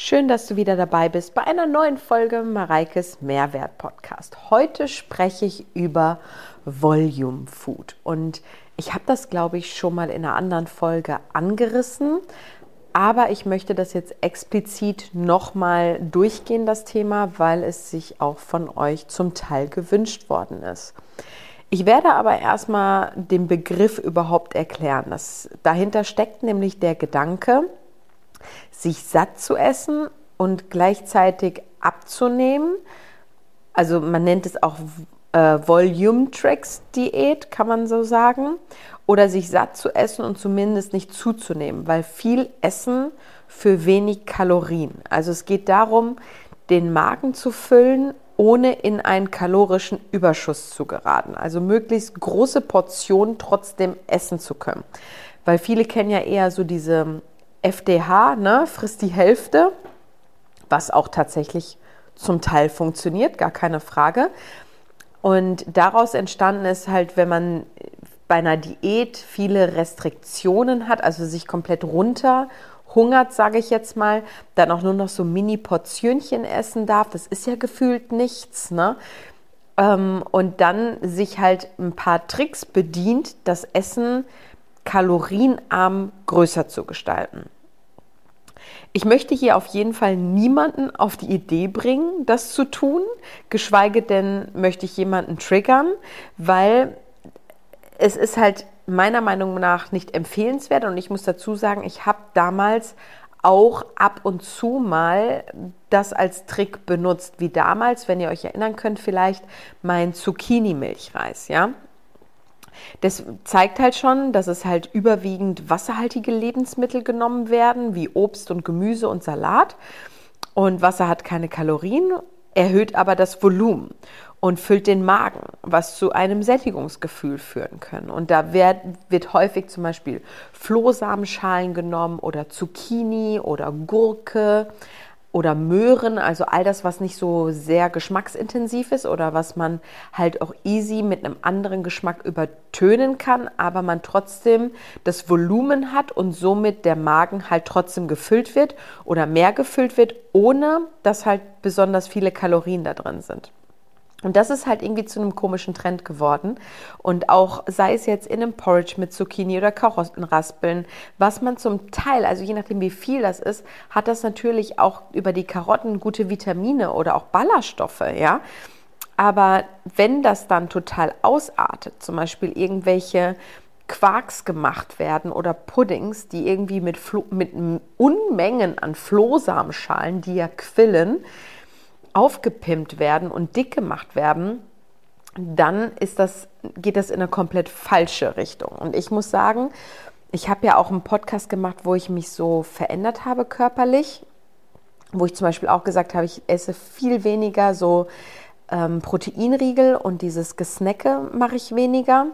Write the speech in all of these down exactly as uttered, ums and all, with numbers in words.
Schön, dass du wieder dabei bist bei einer neuen Folge Mareikes Mehrwert Podcast. Heute spreche ich über Volume Food und ich habe das, glaube ich, schon mal in einer anderen Folge angerissen, aber ich möchte das jetzt explizit nochmal durchgehen, das Thema, weil es sich auch von euch zum Teil gewünscht worden ist. Ich werde aber erstmal den Begriff überhaupt erklären. Das, dahinter steckt nämlich der Gedanke, sich satt zu essen und gleichzeitig abzunehmen. Also man nennt es auch äh, Volume-Tracks-Diät, kann man so sagen. Oder sich satt zu essen und zumindest nicht zuzunehmen, weil viel Essen für wenig Kalorien. Also es geht darum, den Magen zu füllen, ohne in einen kalorischen Überschuss zu geraten. Also möglichst große Portionen trotzdem essen zu können. Weil viele kennen ja eher so diese F D H, ne, frisst die Hälfte, was auch tatsächlich zum Teil funktioniert, gar keine Frage. Und daraus entstanden ist halt, wenn man bei einer Diät viele Restriktionen hat, also sich komplett runterhungert, sage ich jetzt mal, dann auch nur noch so Mini-Portionchen essen darf, das ist ja gefühlt nichts, ne? Und dann sich halt ein paar Tricks bedient, das Essen kalorienarm größer zu gestalten. Ich möchte hier auf jeden Fall niemanden auf die Idee bringen, das zu tun, geschweige denn möchte ich jemanden triggern, weil es ist halt meiner Meinung nach nicht empfehlenswert und ich muss dazu sagen, ich habe damals auch ab und zu mal das als Trick benutzt, wie damals, wenn ihr euch erinnern könnt, vielleicht mein Zucchini-Milchreis, ja. Das zeigt halt schon, dass es halt überwiegend wasserhaltige Lebensmittel genommen werden, wie Obst und Gemüse und Salat. Und Wasser hat keine Kalorien, erhöht aber das Volumen und füllt den Magen, was zu einem Sättigungsgefühl führen kann. Und da wird, wird häufig zum Beispiel Flohsamenschalen genommen oder Zucchini oder Gurke oder Möhren, also all das, was nicht so sehr geschmacksintensiv ist oder was man halt auch easy mit einem anderen Geschmack übertönen kann, aber man trotzdem das Volumen hat und somit der Magen halt trotzdem gefüllt wird oder mehr gefüllt wird, ohne dass halt besonders viele Kalorien da drin sind. Und das ist halt irgendwie zu einem komischen Trend geworden. Und auch sei es jetzt in einem Porridge mit Zucchini oder Karottenraspeln, was man zum Teil, also je nachdem wie viel das ist, hat das natürlich auch über die Karotten gute Vitamine oder auch Ballaststoffe, ja. Aber wenn das dann total ausartet, zum Beispiel irgendwelche Quarks gemacht werden oder Puddings, die irgendwie mit, Flo- mit Unmengen an Flohsamenschalen, die ja quillen, aufgepimpt werden und dick gemacht werden, dann ist das, geht das in eine komplett falsche Richtung. Und ich muss sagen, ich habe ja auch einen Podcast gemacht, wo ich mich so verändert habe körperlich, wo ich zum Beispiel auch gesagt habe, ich esse viel weniger so ähm, Proteinriegel und dieses Gesnacke mache ich weniger,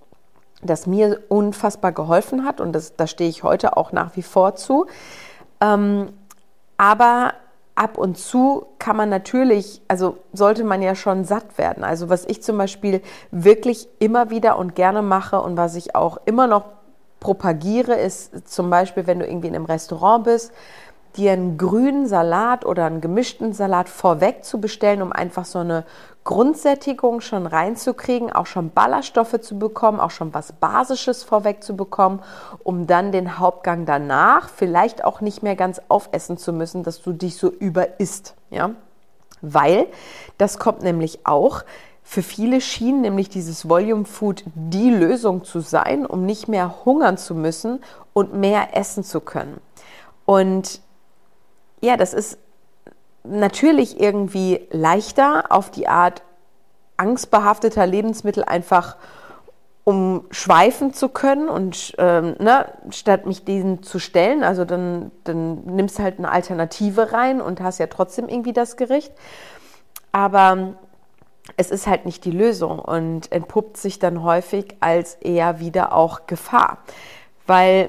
das mir unfassbar geholfen hat und das, da stehe ich heute auch nach wie vor zu. Ähm, aber ab und zu kann man natürlich, also sollte man ja schon satt werden. Also was ich zum Beispiel wirklich immer wieder und gerne mache und was ich auch immer noch propagiere, ist zum Beispiel, wenn du irgendwie in einem Restaurant bist, dir einen grünen Salat oder einen gemischten Salat vorweg zu bestellen, um einfach so eine Grundsättigung schon reinzukriegen, auch schon Ballaststoffe zu bekommen, auch schon was Basisches vorweg zu bekommen, um dann den Hauptgang danach vielleicht auch nicht mehr ganz aufessen zu müssen, dass du dich so überisst, ja? Weil das kommt nämlich auch, für viele schien nämlich dieses Volume Food die Lösung zu sein, um nicht mehr hungern zu müssen und mehr essen zu können. Und ja, das ist natürlich irgendwie leichter auf die Art angstbehafteter Lebensmittel einfach umschweifen zu können und ähm, ne, statt mich diesen zu stellen, also dann, dann nimmst du halt eine Alternative rein und hast ja trotzdem irgendwie das Gericht. Aber es ist halt nicht die Lösung und entpuppt sich dann häufig als eher wieder auch Gefahr, weil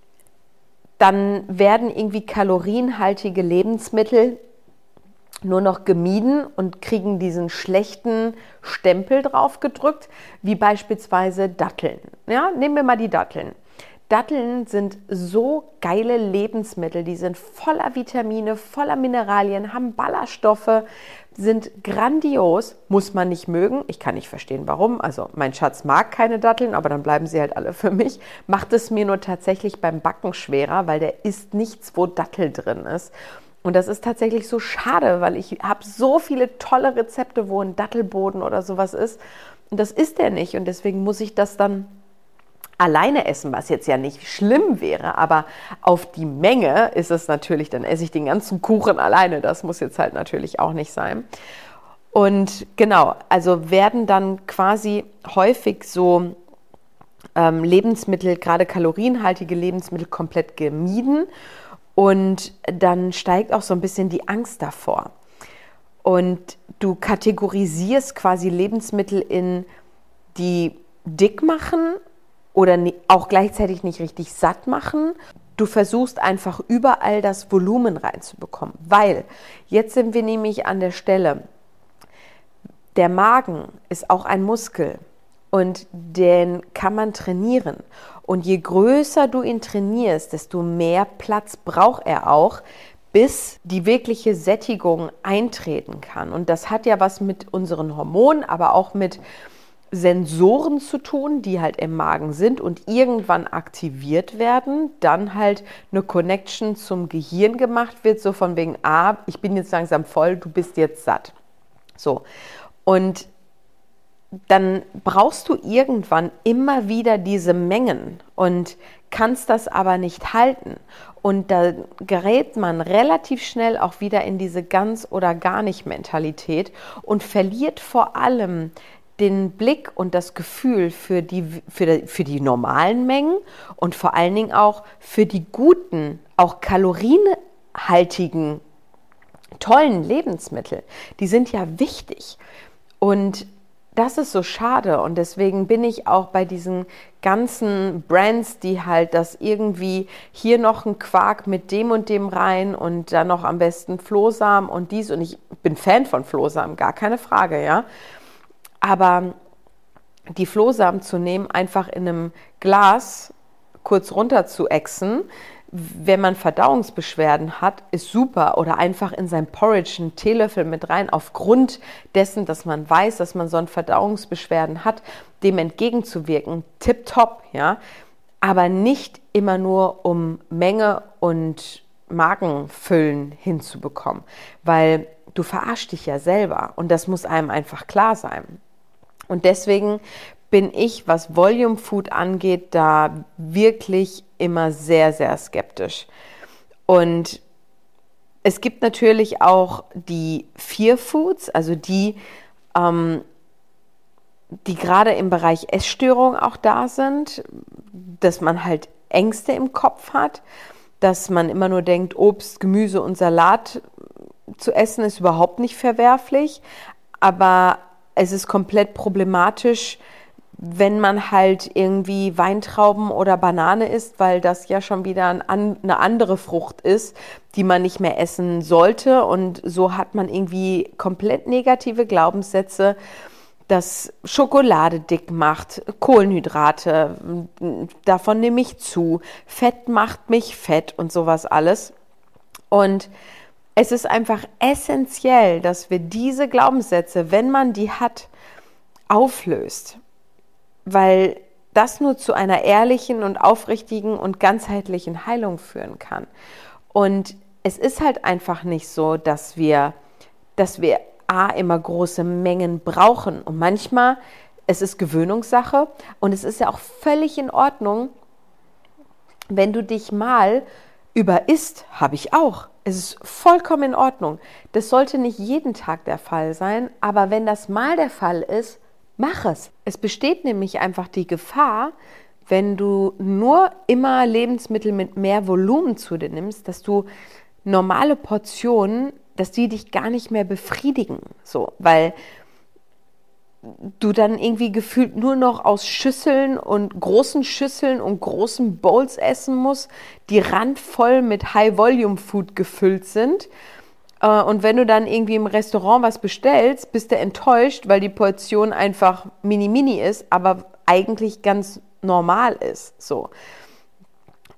dann werden irgendwie kalorienhaltige Lebensmittel nur noch gemieden und kriegen diesen schlechten Stempel drauf gedrückt, wie beispielsweise Datteln. Ja, nehmen wir mal die Datteln. Datteln sind so geile Lebensmittel, die sind voller Vitamine, voller Mineralien, haben Ballaststoffe, sind grandios, muss man nicht mögen. Ich kann nicht verstehen, warum. Also mein Schatz mag keine Datteln, aber dann bleiben sie halt alle für mich. Macht es mir nur tatsächlich beim Backen schwerer, weil der isst nichts, wo Dattel drin ist. Und das ist tatsächlich so schade, weil ich habe so viele tolle Rezepte, wo ein Dattelboden oder sowas ist. Und das ist der nicht. Und deswegen muss ich das dann alleine essen, was jetzt ja nicht schlimm wäre, aber auf die Menge ist es natürlich, dann esse ich den ganzen Kuchen alleine, das muss jetzt halt natürlich auch nicht sein. Und genau, also werden dann quasi häufig so ähm, Lebensmittel, gerade kalorienhaltige Lebensmittel komplett gemieden und dann steigt auch so ein bisschen die Angst davor. Und du kategorisierst quasi Lebensmittel in die dick machen oder auch gleichzeitig nicht richtig satt machen. Du versuchst einfach überall das Volumen reinzubekommen, weil jetzt sind wir nämlich an der Stelle, der Magen ist auch ein Muskel und den kann man trainieren. Und je größer du ihn trainierst, desto mehr Platz braucht er auch, bis die wirkliche Sättigung eintreten kann. Und das hat ja was mit unseren Hormonen, aber auch mit Sensoren zu tun, die halt im Magen sind und irgendwann aktiviert werden, dann halt eine Connection zum Gehirn gemacht wird, so von wegen, ah, ich bin jetzt langsam voll, du bist jetzt satt. So. Und dann brauchst du irgendwann immer wieder diese Mengen und kannst das aber nicht halten. Und da gerät man relativ schnell auch wieder in diese ganz oder gar nicht Mentalität und verliert vor allem den Blick und das Gefühl für die, für die, für die normalen Mengen und vor allen Dingen auch für die guten, auch kalorienhaltigen, tollen Lebensmittel. Die sind ja wichtig. Und das ist so schade und deswegen bin ich auch bei diesen ganzen Brands, die halt das irgendwie hier noch ein Quark mit dem und dem rein und dann noch am besten Flohsamen und dies und ich bin Fan von Flohsamen, gar keine Frage, ja. Aber die Flohsamen zu nehmen, einfach in einem Glas kurz runter zu ächzen, wenn man Verdauungsbeschwerden hat, ist super. Oder einfach in sein Porridge einen Teelöffel mit rein, aufgrund dessen, dass man weiß, dass man so ein Verdauungsbeschwerden hat, dem entgegenzuwirken, tipptopp, ja. Aber nicht immer nur, um Menge und Magenfüllen hinzubekommen, weil du verarschst dich ja selber und das muss einem einfach klar sein. Und deswegen bin ich, was Volume Food angeht, da wirklich immer sehr, sehr skeptisch. Und es gibt natürlich auch die Fear Foods, also die, ähm, die gerade im Bereich Essstörung auch da sind, dass man halt Ängste im Kopf hat, dass man immer nur denkt, Obst, Gemüse und Salat zu essen ist überhaupt nicht verwerflich, aber es ist komplett problematisch, wenn man halt irgendwie Weintrauben oder Banane isst, weil das ja schon wieder ein, eine andere Frucht ist, die man nicht mehr essen sollte. Und so hat man irgendwie komplett negative Glaubenssätze, dass Schokolade dick macht, Kohlenhydrate, davon nehme ich zu, Fett macht mich fett und sowas alles. Und es ist einfach essentiell, dass wir diese Glaubenssätze, wenn man die hat, auflöst, weil das nur zu einer ehrlichen und aufrichtigen und ganzheitlichen Heilung führen kann. Und es ist halt einfach nicht so, dass wir, dass wir A, immer große Mengen brauchen. Und manchmal, es ist Gewöhnungssache und es ist ja auch völlig in Ordnung, wenn du dich mal überisst, habe ich auch. Es ist vollkommen in Ordnung. Das sollte nicht jeden Tag der Fall sein, aber wenn das mal der Fall ist, mach es. Es besteht nämlich einfach die Gefahr, wenn du nur immer Lebensmittel mit mehr Volumen zu dir nimmst, dass du normale Portionen, dass die dich gar nicht mehr befriedigen, so, weil du dann irgendwie gefühlt nur noch aus Schüsseln und großen Schüsseln und großen Bowls essen musst, die randvoll mit High-Volume-Food gefüllt sind. Und wenn du dann irgendwie im Restaurant was bestellst, bist du enttäuscht, weil die Portion einfach mini-mini ist, aber eigentlich ganz normal ist. So.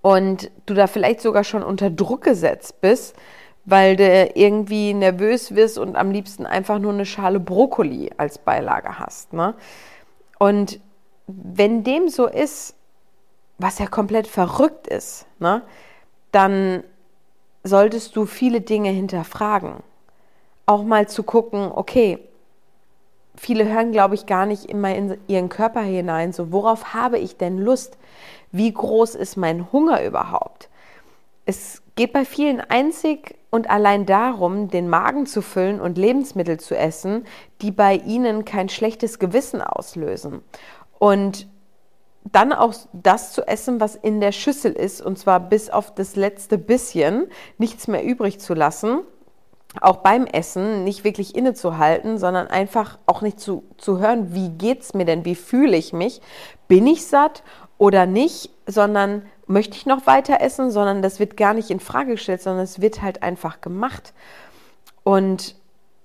und du da vielleicht sogar schon unter Druck gesetzt bist, weil du irgendwie nervös wirst und am liebsten einfach nur eine Schale Brokkoli als Beilage hast, ne? Und wenn dem so ist, was ja komplett verrückt ist, ne, dann solltest du viele Dinge hinterfragen. Auch mal zu gucken, okay, viele hören, glaube ich, gar nicht immer in ihren Körper hinein, so worauf habe ich denn Lust? Wie groß ist mein Hunger überhaupt? Es geht bei vielen einzig und allein darum, den Magen zu füllen und Lebensmittel zu essen, die bei ihnen kein schlechtes Gewissen auslösen. Und dann auch das zu essen, was in der Schüssel ist, und zwar bis auf das letzte bisschen, nichts mehr übrig zu lassen. Auch beim Essen nicht wirklich innezuhalten, sondern einfach auch nicht zu, zu hören, wie geht's mir denn, wie fühle ich mich, bin ich satt oder nicht, sondern möchte ich noch weiter essen, sondern das wird gar nicht in Frage gestellt, sondern es wird halt einfach gemacht. Und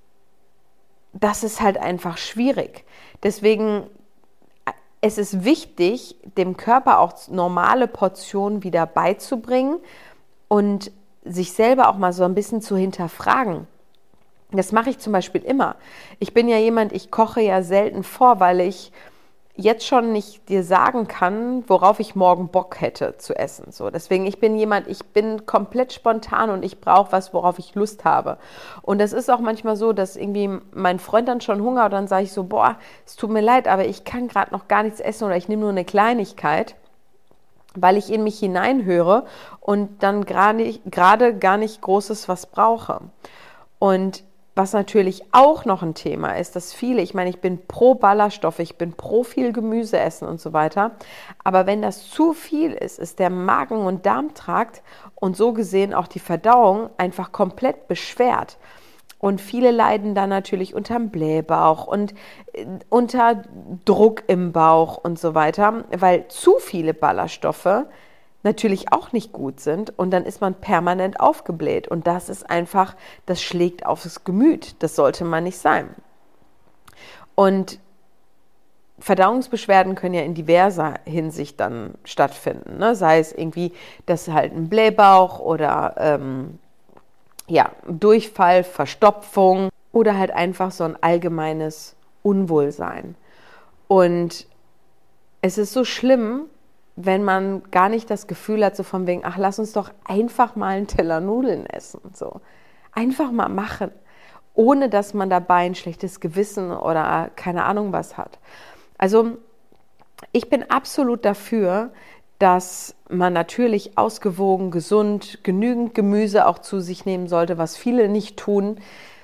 das ist halt einfach schwierig. Deswegen es ist wichtig, dem Körper auch normale Portionen wieder beizubringen und sich selber auch mal so ein bisschen zu hinterfragen. Das mache ich zum Beispiel immer. Ich bin ja jemand, ich koche ja selten vor, weil ich jetzt schon nicht dir sagen kann, worauf ich morgen Bock hätte zu essen. So, deswegen, ich bin jemand, ich bin komplett spontan und ich brauche was, worauf ich Lust habe. Und das ist auch manchmal so, dass irgendwie mein Freund dann schon Hunger hat, dann sage ich so, boah, es tut mir leid, aber ich kann gerade noch gar nichts essen oder ich nehme nur eine Kleinigkeit, weil ich in mich hineinhöre und dann gerade gar nicht Großes was brauche. Und was natürlich auch noch ein Thema ist, dass viele, ich meine, ich bin pro Ballaststoffe, ich bin pro viel Gemüse essen und so weiter, aber wenn das zu viel ist, ist der Magen- und Darmtrakt und so gesehen auch die Verdauung einfach komplett beschwert. Und viele leiden dann natürlich unterm Blähbauch und unter Druck im Bauch und so weiter, weil zu viele Ballaststoffe natürlich auch nicht gut sind und dann ist man permanent aufgebläht und das ist einfach, das schlägt aufs Gemüt, das sollte man nicht sein. Und Verdauungsbeschwerden können ja in diverser Hinsicht dann stattfinden, ne? Sei es irgendwie, dass halt ein Blähbauch oder ähm, ja, Durchfall, Verstopfung oder halt einfach so ein allgemeines Unwohlsein. Und es ist so schlimm, wenn man gar nicht das Gefühl hat, so von wegen, ach, lass uns doch einfach mal einen Teller Nudeln essen. So. Einfach mal machen, ohne dass man dabei ein schlechtes Gewissen oder keine Ahnung was hat. Also ich bin absolut dafür, dass man natürlich ausgewogen, gesund, genügend Gemüse auch zu sich nehmen sollte, was viele nicht tun,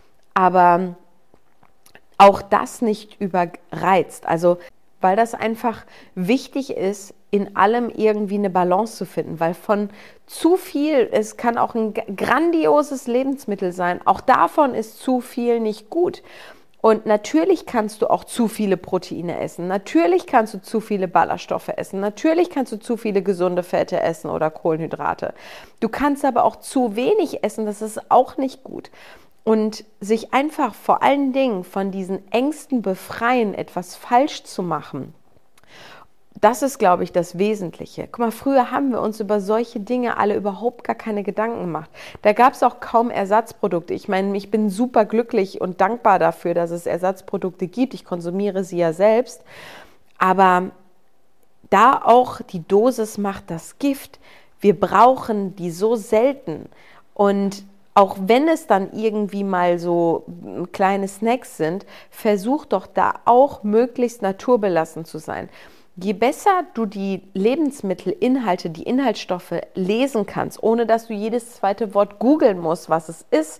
aber auch das nicht überreizt. Also weil das einfach wichtig ist, in allem irgendwie eine Balance zu finden, weil von zu viel, es kann auch ein grandioses Lebensmittel sein, auch davon ist zu viel nicht gut. Und natürlich kannst du auch zu viele Proteine essen, natürlich kannst du zu viele Ballaststoffe essen, natürlich kannst du zu viele gesunde Fette essen oder Kohlenhydrate. Du kannst aber auch zu wenig essen, das ist auch nicht gut. Und sich einfach vor allen Dingen von diesen Ängsten befreien, etwas falsch zu machen, das ist, glaube ich, das Wesentliche. Guck mal, früher haben wir uns über solche Dinge alle überhaupt gar keine Gedanken gemacht. Da gab es auch kaum Ersatzprodukte. Ich meine, ich bin super glücklich und dankbar dafür, dass es Ersatzprodukte gibt. Ich konsumiere sie ja selbst. Aber da auch die Dosis macht das Gift. Wir brauchen die so selten. Und auch wenn es dann irgendwie mal so kleine Snacks sind, versuch doch da auch möglichst naturbelassen zu sein. Je besser du die Lebensmittelinhalte, die Inhaltsstoffe lesen kannst, ohne dass du jedes zweite Wort googeln musst, was es ist,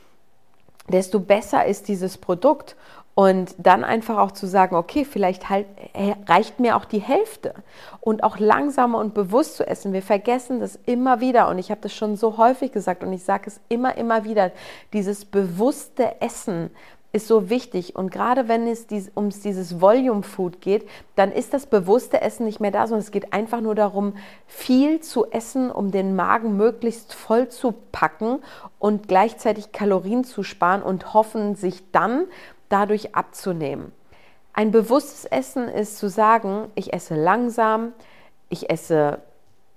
desto besser ist dieses Produkt. Und dann einfach auch zu sagen, okay, vielleicht halt, reicht mir auch die Hälfte. Und auch langsamer und bewusst zu essen. Wir vergessen das immer wieder. Und ich habe das schon so häufig gesagt und ich sage es immer, immer wieder. Dieses bewusste Essen ist so wichtig. Und gerade wenn es dies, um dieses Volume Food geht, dann ist das bewusste Essen nicht mehr da, sondern es geht einfach nur darum, viel zu essen, um den Magen möglichst voll zu packen und gleichzeitig Kalorien zu sparen und hoffen, sich dann dadurch abzunehmen. Ein bewusstes Essen ist zu sagen, ich esse langsam, ich esse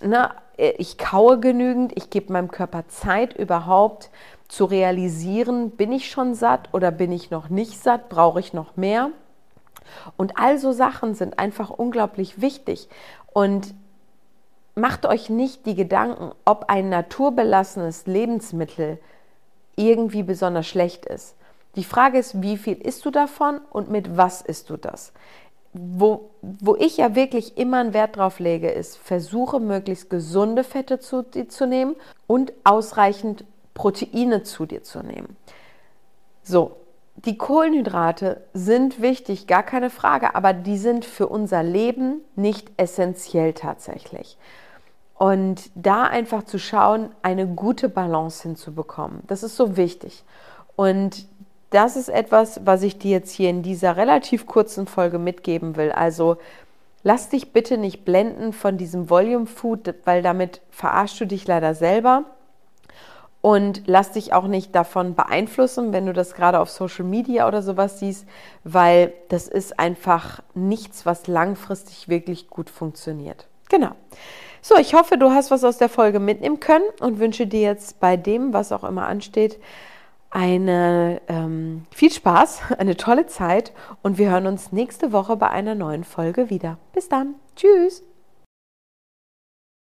ne, ich kaue genügend, ich gebe meinem Körper Zeit überhaupt zu realisieren, bin ich schon satt oder bin ich noch nicht satt, brauche ich noch mehr? Und all so Sachen sind einfach unglaublich wichtig. Und macht euch nicht die Gedanken, ob ein naturbelassenes Lebensmittel irgendwie besonders schlecht ist. Die Frage ist, wie viel isst du davon und mit was isst du das? Wo, wo ich ja wirklich immer einen Wert drauf lege, ist, versuche möglichst gesunde Fette zu dir zu nehmen und ausreichend Proteine zu dir zu nehmen. So, die Kohlenhydrate sind wichtig, gar keine Frage, aber die sind für unser Leben nicht essentiell tatsächlich. Und da einfach zu schauen, eine gute Balance hinzubekommen, das ist so wichtig. Und das ist etwas, was ich dir jetzt hier in dieser relativ kurzen Folge mitgeben will. Also lass dich bitte nicht blenden von diesem Volume Food, weil damit verarschst du dich leider selber. Und lass dich auch nicht davon beeinflussen, wenn du das gerade auf Social Media oder sowas siehst, weil das ist einfach nichts, was langfristig wirklich gut funktioniert. Genau. So, ich hoffe, du hast was aus der Folge mitnehmen können und wünsche dir jetzt bei dem, was auch immer ansteht, eine ähm, viel Spaß, eine tolle Zeit und wir hören uns nächste Woche bei einer neuen Folge wieder. Bis dann. Tschüss.